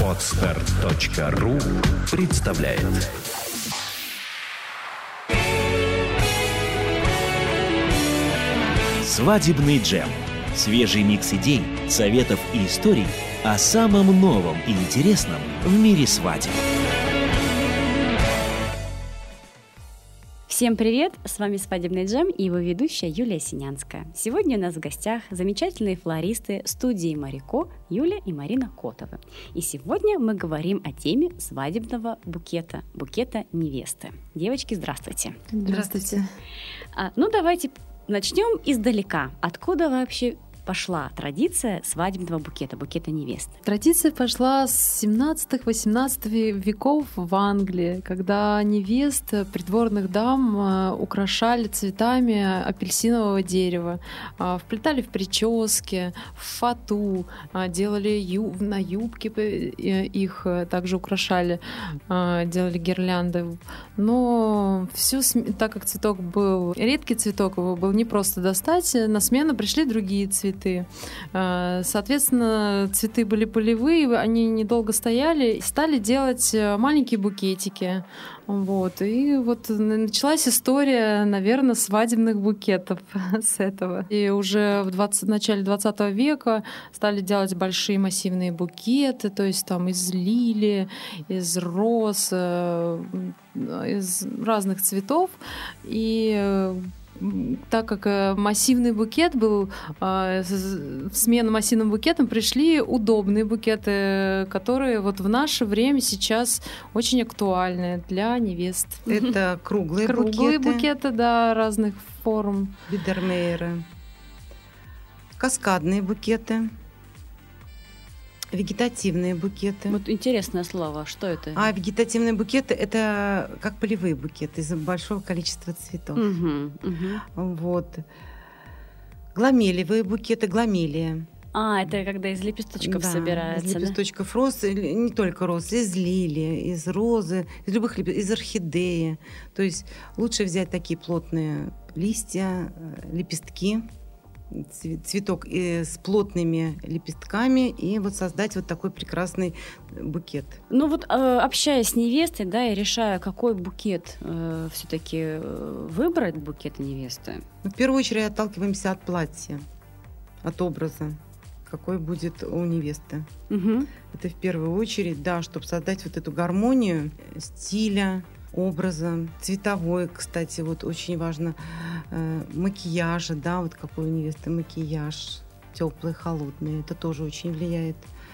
Podster.ru представляет. Свадебный джем. Свежий микс идей, советов и историй о самом новом и интересном в мире свадеб. Всем привет! С вами «Свадебный джем» и его ведущая Юлия Синянская. Сегодня у нас в гостях замечательные флористы студии «Марико» Юля и Марина Котовы. И сегодня мы говорим о теме свадебного букета невесты. Девочки, здравствуйте! Здравствуйте! Давайте начнем издалека. Откуда вообще пошла традиция свадебного букета невесты? Традиция пошла с 17-18 веков в Англии, когда невест, придворных дам украшали цветами апельсинового дерева, вплетали в прически, в фату, делали на юбки их также украшали, делали гирлянды. Но так как цветок был редкий цветок, его было не просто достать, на смену пришли другие цветы. Соответственно, цветы были полевые, они недолго стояли, стали делать маленькие букетики. И началась история, наверное, свадебных букетов с этого. И уже в начале 20 века стали делать большие массивные букеты, то есть там из лилии, из роз, из разных цветов. И так как массивный букет был, в смену массивным букетам пришли удобные букеты, которые в наше время сейчас очень актуальны для невест. Это круглые букеты, да, разных форм. Бидермейеры. Каскадные букеты. Вегетативные букеты. Интересное слово. Что это? Вегетативные букеты — это как полевые букеты из большого количества цветов. Гламелевые букеты, гламелия. Это когда из лепесточков собирается. Из лепесточков роз, не только роз, из лилии, из розы, из орхидеи. То есть лучше взять такие плотные листья, лепестки, цветок с плотными лепестками и создать такой прекрасный букет. Общаясь с невестой, и решая, какой букет все-таки выбрать букет невесты. В первую очередь отталкиваемся от платья, от образа, какой будет у невесты. Это в первую очередь, чтобы создать эту гармонию стиля, образа, цветовой, кстати, очень важно, макияжа, какой у невесты макияж, теплый, холодный, это тоже очень влияет.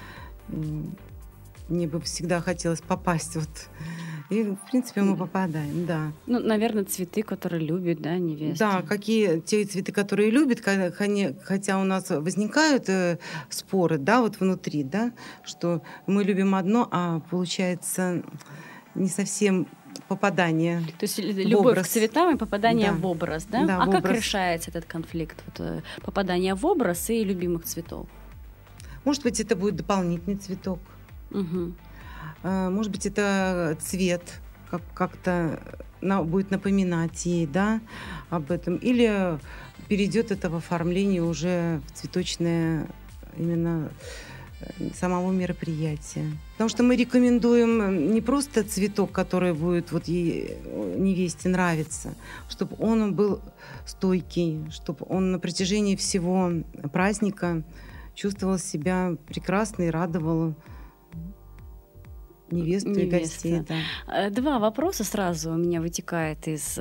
Мне бы всегда хотелось попасть и, в принципе, мы попадаем, да. Наверное, цветы, которые любит, невеста. Да, какие те цветы, которые любят, хотя у нас возникают споры, внутри, что мы любим одно, а получается не совсем попадание. То есть любовь к цветам и попадание в образ, да? Да, как решается этот конфликт? Попадание в образ и любимых цветов? Может быть, это будет дополнительный цветок. Может быть, это цвет как-то будет напоминать ей, об этом. Или перейдет это в оформление уже в цветочное именно самого мероприятия. Потому что мы рекомендуем не просто цветок, который будет ей, невесте, нравиться, чтобы он был стойкий, чтобы он на протяжении всего праздника чувствовал себя прекрасно и радовал невесту и гостей. Да. Два вопроса сразу у меня вытекает из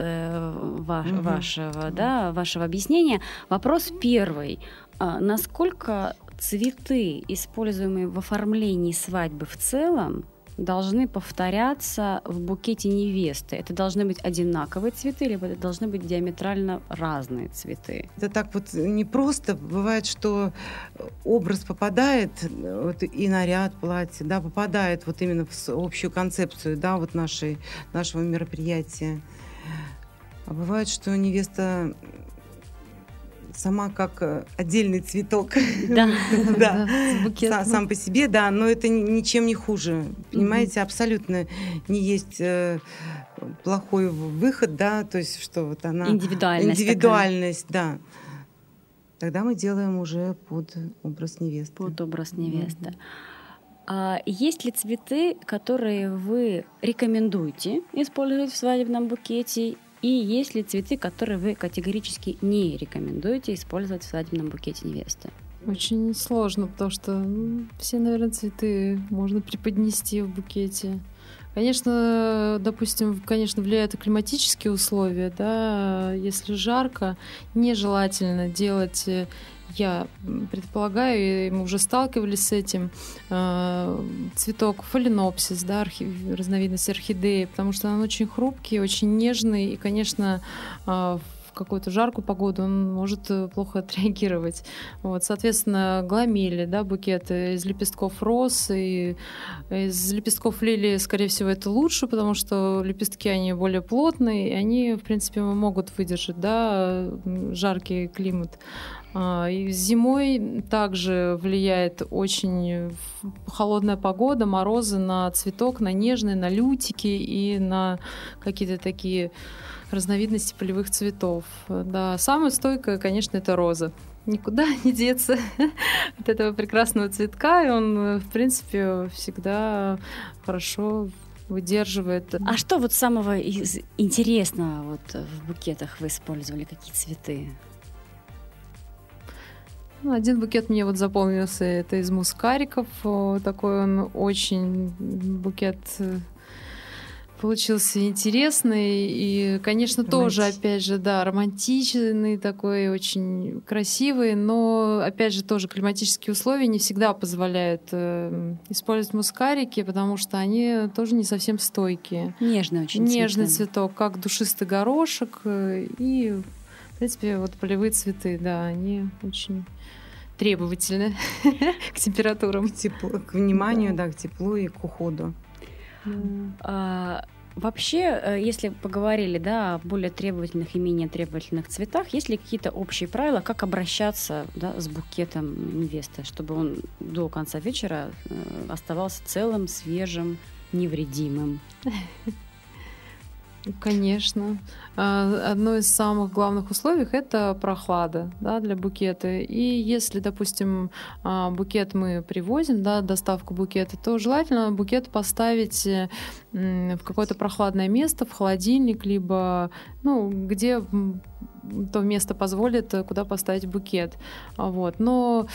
вашего объяснения. Вопрос первый. Насколько цветы, используемые в оформлении свадьбы в целом, должны повторяться в букете невесты? Это должны быть одинаковые цветы, либо это должны быть диаметрально разные цветы? Это так не просто. Бывает, что образ попадает, и наряд, платье, попадает именно в общую концепцию, нашего мероприятия. А бывает, что невеста сама как отдельный цветок. Сам по себе, но это ничем не хуже. Понимаете, абсолютно не есть плохой выход, то есть что она... Индивидуальность, да. Тогда мы делаем уже под образ невесты. Под образ невесты. А есть ли цветы, которые вы рекомендуете использовать в свадебном букете? И есть ли цветы, которые вы категорически не рекомендуете использовать в свадебном букете невесты? Очень сложно, потому что все, наверное, цветы можно преподнести в букете. Конечно, допустим, влияют и климатические условия, да, если жарко, нежелательно делать, я предполагаю, и мы уже сталкивались с этим, цветок фаленопсис, да, разновидность орхидеи, потому что он очень хрупкий, очень нежный, и, конечно, в какую-то жаркую погоду он может плохо отреагировать. Вот, соответственно, гламели, да, букеты из лепестков роз и из лепестков лилии, скорее всего, это лучше, потому что лепестки, они более плотные, и они, в принципе, могут выдержать, да, жаркий климат. И зимой также влияет очень холодная погода, морозы на цветок, на нежные, на лютики и на какие-то такие разновидности полевых цветов. Да, самая стойкая, конечно, это роза. Никуда не деться от этого прекрасного цветка, и он, в принципе, всегда хорошо выдерживает. А что вот самого интересного вот в букетах вы использовали? Какие цветы? Один букет мне вот запомнился, это из мускариков. Такой он очень букет получился интересный и, конечно, тоже, опять же, да, романтичный такой, очень красивый, но, опять же, тоже климатические условия не всегда позволяют использовать мускарики, потому что они тоже не совсем стойкие. Нежный очень Нежный цветок, как душистый горошек и, в принципе, вот полевые цветы, да, они очень требовательны к температурам. К вниманию, да, к теплу и к уходу. Вообще, если поговорили, да, о более требовательных и менее требовательных цветах, есть ли какие-то общие правила, как обращаться, да, с букетом невесты, чтобы он до конца вечера оставался целым, свежим, невредимым? Конечно. Одно из самых главных условий — это прохлада, да, для букета. И если, допустим, букет мы привозим, да, доставку букета, то желательно букет поставить в какое-то прохладное место, в холодильник, либо, где то место позволит, куда поставить букет. Вот. Но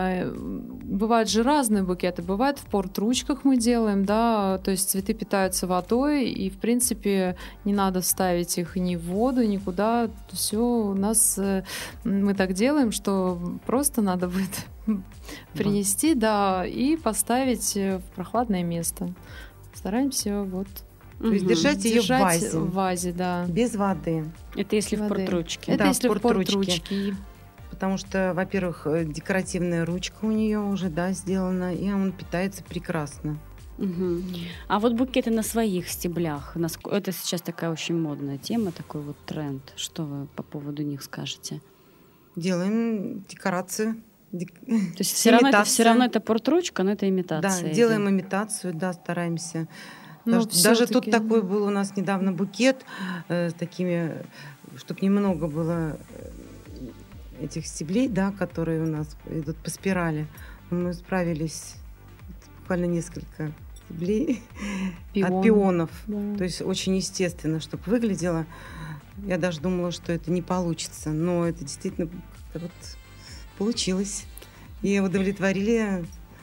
бывают же разные букеты. Бывает в порт-ручках мы делаем, да, то есть цветы питаются водой, и, в принципе, не надо ставить их ни в воду, никуда. Все у нас мы так делаем, что просто надо будет принести, да, и поставить в прохладное место. Стараемся вот. То есть держать ее в вазе, да. Без воды. Это если в порт-ручке. Это да, если в порт-ручке. Потому что, во-первых, декоративная ручка у нее уже, да, сделана, и он питается прекрасно. Угу. А вот букеты на своих стеблях, это сейчас такая очень модная тема, такой вот тренд. Что вы по поводу них скажете? Делаем декорацию. То есть все равно это порт-ручка, но это имитация. Да, делаем имитацию, да, стараемся. Даже тут такой был у нас недавно букет с такими, чтобы немного было этих стеблей, да, которые у нас идут по спирали. Мы справились буквально несколько стеблей от пионов. Да. То есть очень естественно, чтобы выглядело. Я даже думала, что это не получится, но это действительно вот получилось. И удовлетворили.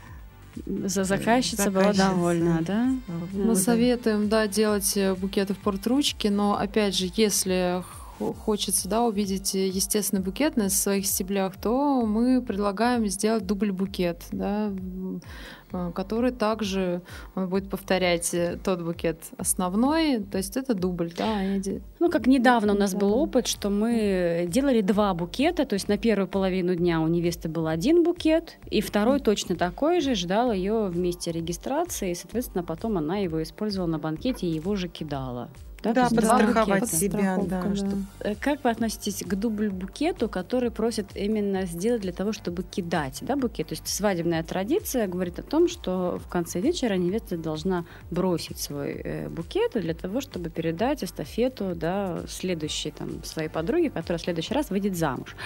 Заказчица была довольна, да? Мы советуем, да, делать букеты в порт-ручке, но, опять же, если хочется, да, увидеть естественный букет на своих стеблях, то мы предлагаем сделать дубль-букет, да, который также он будет повторять тот букет основной, то есть это дубль, да. Как недавно у нас был опыт, что мы делали 2 букета, то есть на первую половину дня у невесты был 1 букет, и второй точно такой же ждал ее в месте регистрации, и, соответственно, потом она его использовала на банкете и его же кидала. Да, То есть подстраховать букета. себя, да. Подстраховка, Как вы относитесь к дубль-букету, который просят именно сделать для того, чтобы кидать, да, букет? То есть свадебная традиция говорит о том, что в конце вечера невеста должна бросить свой букет для того, чтобы передать эстафету, да, следующей там, своей подруге, которая в следующий раз выйдет замуж.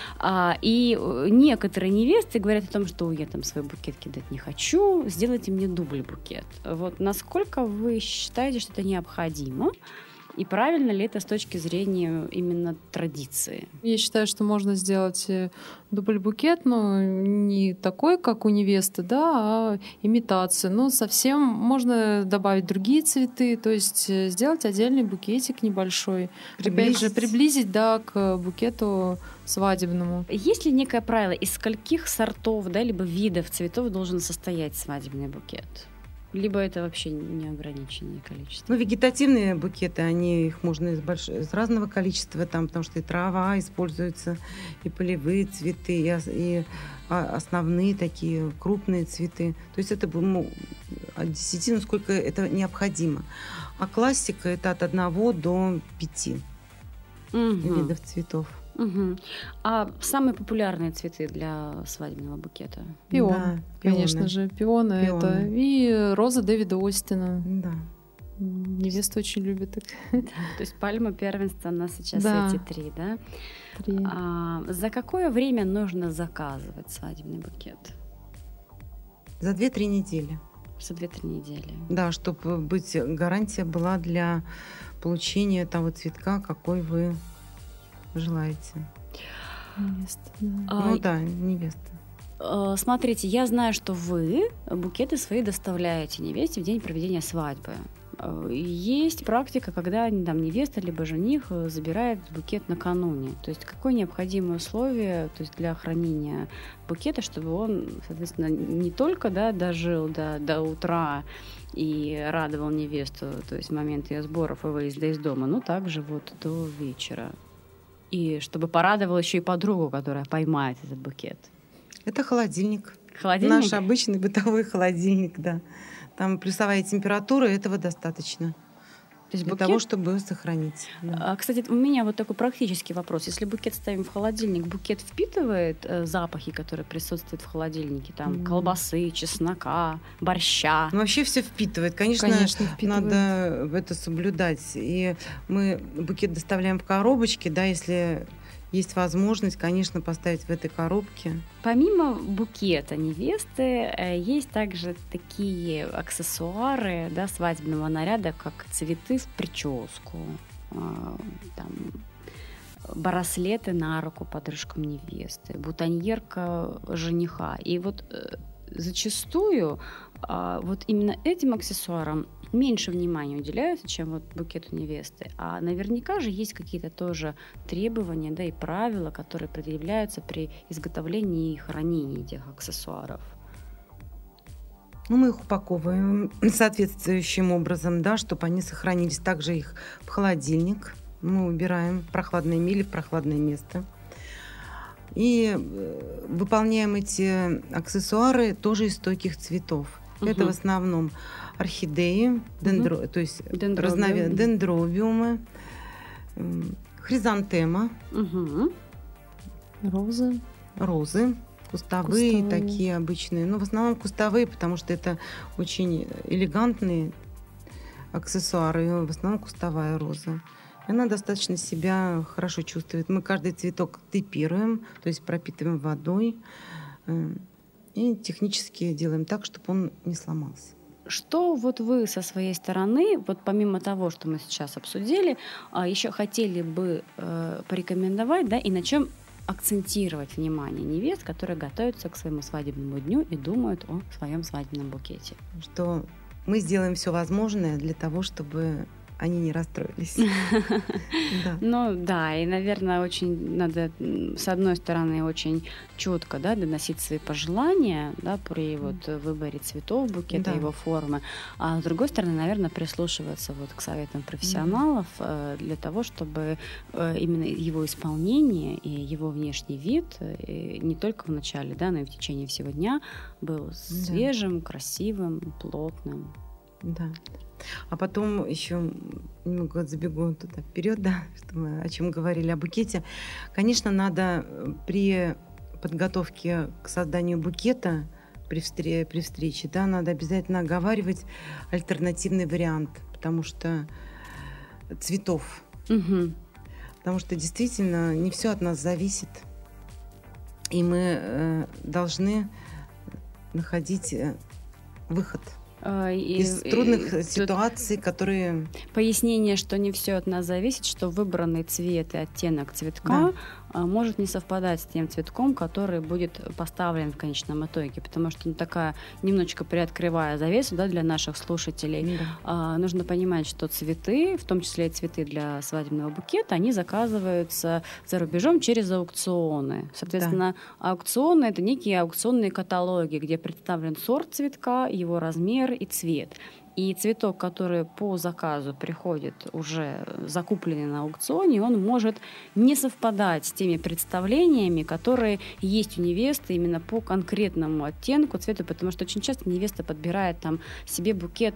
И некоторые невесты говорят о том, что я там свой букет кидать не хочу, сделайте мне дубль-букет. Вот насколько вы считаете, что это необходимо? И правильно ли это с точки зрения именно традиции? Я считаю, что можно сделать дубль-букет, но не такой, как у невесты, да, а имитацию. Но совсем можно добавить другие цветы, то есть сделать отдельный букетик небольшой. Опять же, приблизить, да, к букету свадебному. Есть ли некое правило, из скольких сортов, да, либо видов цветов должен состоять свадебный букет? Либо это вообще неограниченное количество? Ну, вегетативные букеты, их можно из разного количества, там, потому что и трава используется, и полевые цветы, и основные такие крупные цветы. То есть это от 10, насколько это необходимо. А классика — это от 1 до 5 видов цветов. Угу. А самые популярные цветы для свадебного букета? Пион, Да, конечно же. Пионы. Это и роза Дэвида Остина. Да. Невеста очень любит их. То есть пальма первенства у нас сейчас эти 3, да? 3. За какое время нужно заказывать свадебный букет? За 2-3 недели. За 2-3 недели. Да, чтобы гарантия была для получения того цветка, какой вы желаете. Невеста, да. Невеста. Смотрите, я знаю, что вы букеты свои доставляете невесте в день проведения свадьбы. Есть практика, когда там невеста либо жених забирает букет накануне. То есть какое необходимое условие, то есть для хранения букета, чтобы он, соответственно, не только, да, дожил до утра и радовал невесту, то есть в момент ее сборов и выезда из дома, но также вот до вечера. И чтобы порадовал еще и подругу, которая поймает этот букет. Это холодильник. Холодильник? Наш обычный бытовой холодильник, да. Там плюсовая температура, этого достаточно. То есть для того, чтобы сохранить. Да. Кстати, у меня вот такой практический вопрос. Если букет ставим в холодильник, букет впитывает запахи, которые присутствуют в холодильнике? Там колбасы, чеснока, борща? Ну, вообще все впитывает. Конечно, впитывает. Надо это соблюдать. И мы букет доставляем в коробочке, да, если есть возможность, конечно, поставить в этой коробке. Помимо букета невесты, есть также такие аксессуары, да, свадебного наряда, как цветы в прическу, там, браслеты на руку подружкам невесты, бутоньерка жениха. И вот зачастую вот именно этим аксессуарам меньше внимания уделяется, чем вот букету невесты. А наверняка же есть какие-то тоже требования, да, и правила, которые предъявляются при изготовлении и хранении этих аксессуаров. Ну, мы их упаковываем соответствующим образом, да, чтобы они сохранились. Также их в холодильник. Мы убираем в прохладное место, в прохладное место. И выполняем эти аксессуары тоже из стойких цветов. Это в основном орхидеи, то есть дендробиумы, хризантема, розы, кустовые такие обычные. Ну, в основном кустовые, потому что это очень элегантные аксессуары. В основном кустовая роза. Она достаточно себя хорошо чувствует. Мы каждый цветок тейпируем, то есть пропитываем водой и технически делаем так, чтобы он не сломался. Что вот вы со своей стороны, вот помимо того, что мы сейчас обсудили, еще хотели бы порекомендовать, да, и на чем акцентировать внимание невест, которые готовятся к своему свадебному дню и думают о своем свадебном букете? Что мы сделаем все возможное для того, чтобы они не расстроились. Ну да, и, наверное, очень надо, с одной стороны, очень четко, да, доносить свои пожелания, да, при вот выборе цветов букета, его формы, а с другой стороны, наверное, прислушиваться вот к советам профессионалов для того, чтобы именно его исполнение и его внешний вид не только в начале, да, но и в течение всего дня был свежим, красивым, плотным. Да. А потом еще немного забегу туда вперед, да, что мы о чем говорили, о букете. Конечно, надо при подготовке к созданию букета, при встрече, да, надо обязательно оговаривать альтернативный вариант, потому что цветов. Мгм. Потому что действительно не все от нас зависит. И мы должны находить выход из трудных тут ситуаций, которые... пояснение, что не все от нас зависит, что выбранный цвет и оттенок цветка может не совпадать с тем цветком, который будет поставлен в конечном итоге, потому что такая, немножечко приоткрывая завесу, да, для наших слушателей, нужно понимать, что цветы, в том числе и цветы для свадебного букета, они заказываются за рубежом через аукционы. Соответственно, аукционы — это некие аукционные каталоги, где представлен сорт цветка, его размер и цвет. И цветок, который по заказу приходит уже закупленный на аукционе, он может не совпадать с теми представлениями, которые есть у невесты именно по конкретному оттенку цвета, потому что очень часто невеста подбирает там себе букет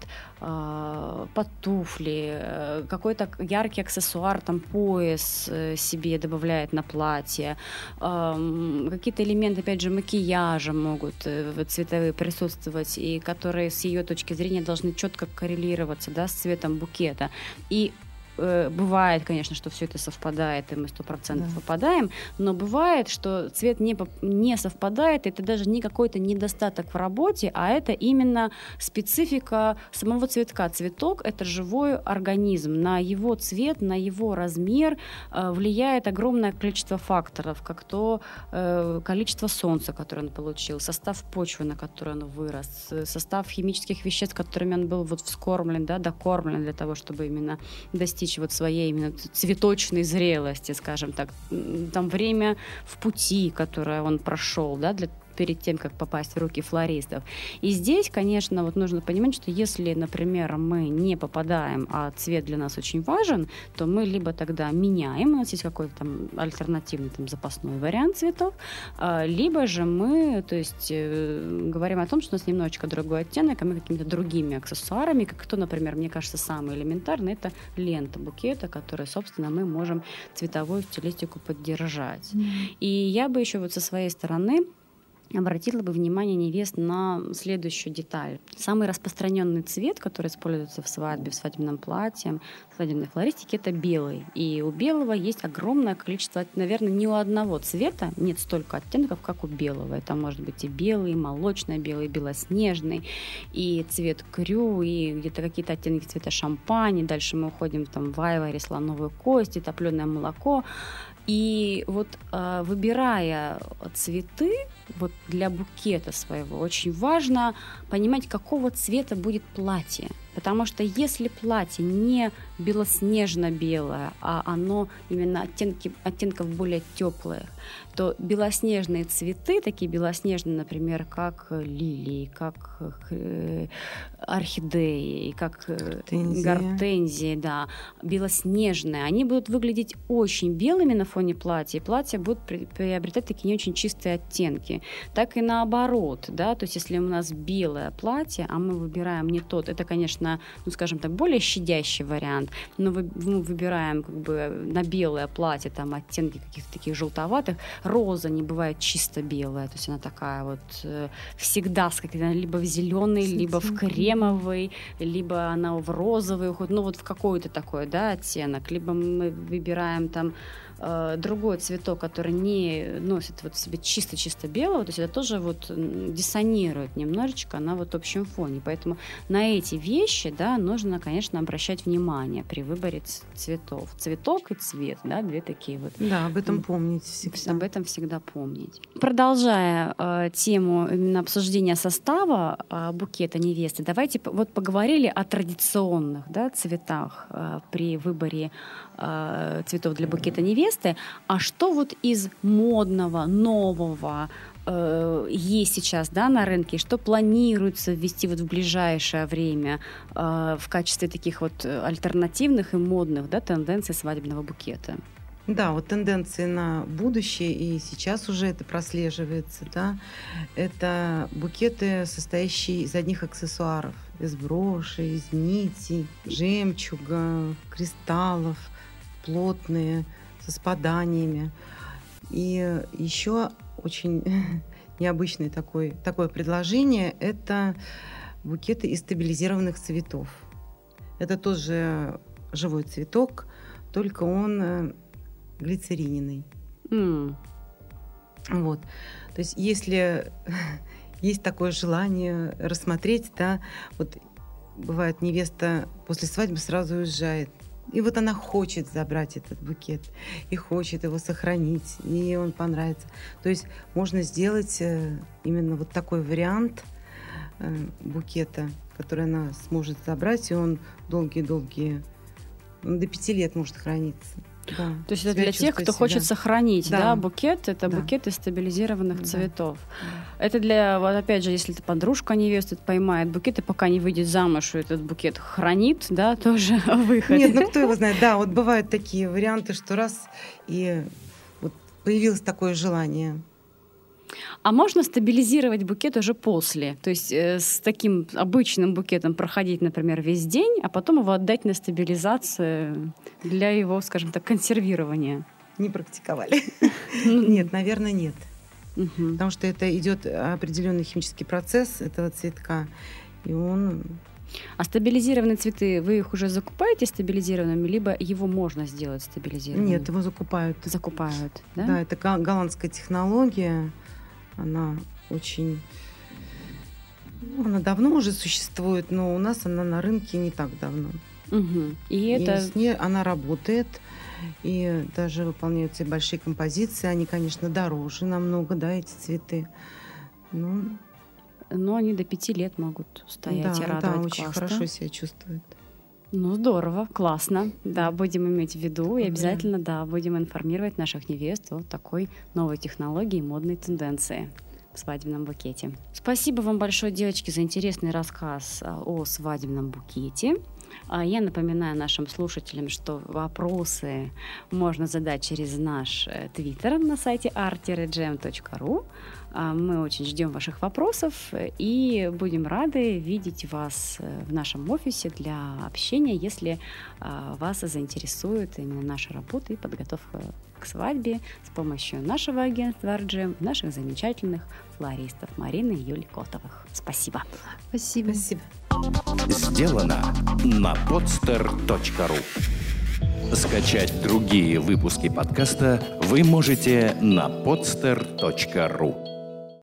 под туфли, какой-то яркий аксессуар, там пояс себе добавляет на платье, какие-то элементы, опять же, макияжа могут цветовые присутствовать, и которые с ее точки зрения должны четко коррелироваться, да, с цветом букета. И бывает, конечно, что все это совпадает, и мы 100% попадаем, но бывает, что цвет не совпадает, и это даже не какой-то недостаток в работе, а это именно специфика самого цветка. Цветок — это живой организм. На его цвет, на его размер влияет огромное количество факторов, как то количество солнца, которое он получил, состав почвы, на которой он вырос, состав химических веществ, которыми он был вот вскормлен, да, докормлен для того, чтобы именно достичь вот своей именно цветочной зрелости, скажем так, там время в пути, которое он прошел, да, перед тем, как попасть в руки флористов. И здесь, конечно, вот нужно понимать, что если, например, мы не попадаем, а цвет для нас очень важен, то мы либо тогда меняем, у нас есть какой-то там альтернативный там запасной вариант цветов, либо же мы, то есть, говорим о том, что у нас немножечко другой оттенок, а мы какими-то другими аксессуарами, как то, например, мне кажется, самый элементарный, это лента букета, которой, собственно, мы можем цветовую стилистику поддержать. И я бы еще вот со своей стороны обратила бы внимание невест на следующую деталь. Самый распространенный цвет, который используется в свадьбе, в свадебном платье, в свадебной флористике, это белый. И у белого есть огромное количество, наверное, ни у одного цвета нет столько оттенков, как у белого. Это может быть и белый, и молочный белый, и белоснежный, и цвет крю, и где-то какие-то оттенки цвета шампань. И дальше мы уходим там в айвори, слоновую кость, топленое молоко. И вот выбирая цветы вот для букета своего, очень важно понимать, какого цвета будет платье. Потому что если платье не белоснежно-белое, а оно именно оттенков более теплых, то белоснежные цветы, такие белоснежные, например, как лилии, как орхидеи, как гортензии, да, белоснежные, они будут выглядеть очень белыми на фоне платья, и платья будут приобретать такие не очень чистые оттенки. Так и наоборот, да, то есть если у нас белое платье, а мы выбираем не тот, это, конечно, ну, скажем так, более щадящий вариант, но мы выбираем как бы на белое платье там оттенки каких-то таких желтоватых. Роза не бывает чисто белая, то есть она такая вот всегда с какой-то либо в зеленый, либо в кремовый, либо она в розовый уходит, ну вот в какой-то такой, да, оттенок, либо мы выбираем там другой цветок, который не носит вот в себе чисто-чисто белого, то есть это тоже вот диссонирует немножечко на вот общем фоне. Поэтому на эти вещи, да, нужно, конечно, обращать внимание при выборе цветов. Цветок и цвет, да, две такие вот. Да, об этом помнить всегда. Об этом всегда помнить. Продолжая тему именно обсуждения состава букета невесты, давайте вот поговорили о традиционных, да, цветах при выборе цветов для букета невесты. А что вот из модного, нового есть сейчас, да, на рынке, что планируется ввести вот в ближайшее время в качестве таких вот альтернативных и модных, да, тенденций свадебного букета? Да, вот тенденции на будущее, и сейчас уже это прослеживается, да, это букеты, состоящие из одних аксессуаров, из броши, из нитей, жемчуга, кристаллов, плотные, со спаданиями. И еще очень необычное такое предложение – это букеты из стабилизированных цветов. Это тоже живой цветок, только он глицериненный. Вот. То есть если есть такое желание рассмотреть, да, вот бывает, невеста после свадьбы сразу уезжает, и вот она хочет забрать этот букет, и хочет его сохранить, и он понравится. То есть можно сделать именно вот такой вариант букета, который она сможет забрать, и он долгие-долгие, до 5 лет может храниться. Да, то есть это для тех, кто хочет сохранить, да, букет, это букет из стабилизированных цветов. Это для, вот опять же, если ты подружка невесты поймает букет и пока не выйдет замуж, и этот букет хранит, да, тоже выход. Нет, ну кто его знает, да, вот бывают такие варианты, что раз и вот появилось такое желание. А можно стабилизировать букет уже после? То есть с таким обычным букетом проходить, например, весь день, а потом его отдать на стабилизацию для его, скажем так, консервирования? Не практиковали. Нет, наверное, нет. Потому что это идет определенный химический процесс этого цветка, и он... А стабилизированные цветы, вы их уже закупаете стабилизированными, либо его можно сделать стабилизированным? Нет, его закупают. Закупают, да? Да, это голландская технология. Она очень... Она давно уже существует, но у нас она на рынке не так давно. И с ней она работает, и даже выполняются и большие композиции. Они, конечно, дороже намного, да, эти цветы. Но они до 5 лет могут стоять и радовать. Да, очень хорошо себя чувствуют. Ну, здорово, классно. Да, будем иметь в виду и обязательно, будем информировать наших невест о такой новой технологии и модной тенденции в свадебном букете. Спасибо вам большое, девочки, за интересный рассказ о свадебном букете. Я напоминаю нашим слушателям, что вопросы можно задать через наш твиттер на сайте art-gem.ru. Мы очень ждем ваших вопросов и будем рады видеть вас в нашем офисе для общения, если вас заинтересует именно наша работа и подготовка к свадьбе с помощью нашего агентства Art-Gem, наших замечательных флористов Марины и Юли Котовых. Спасибо. Спасибо. Сделано на podster.ru. Скачать другие выпуски подкаста вы можете на podster.ru.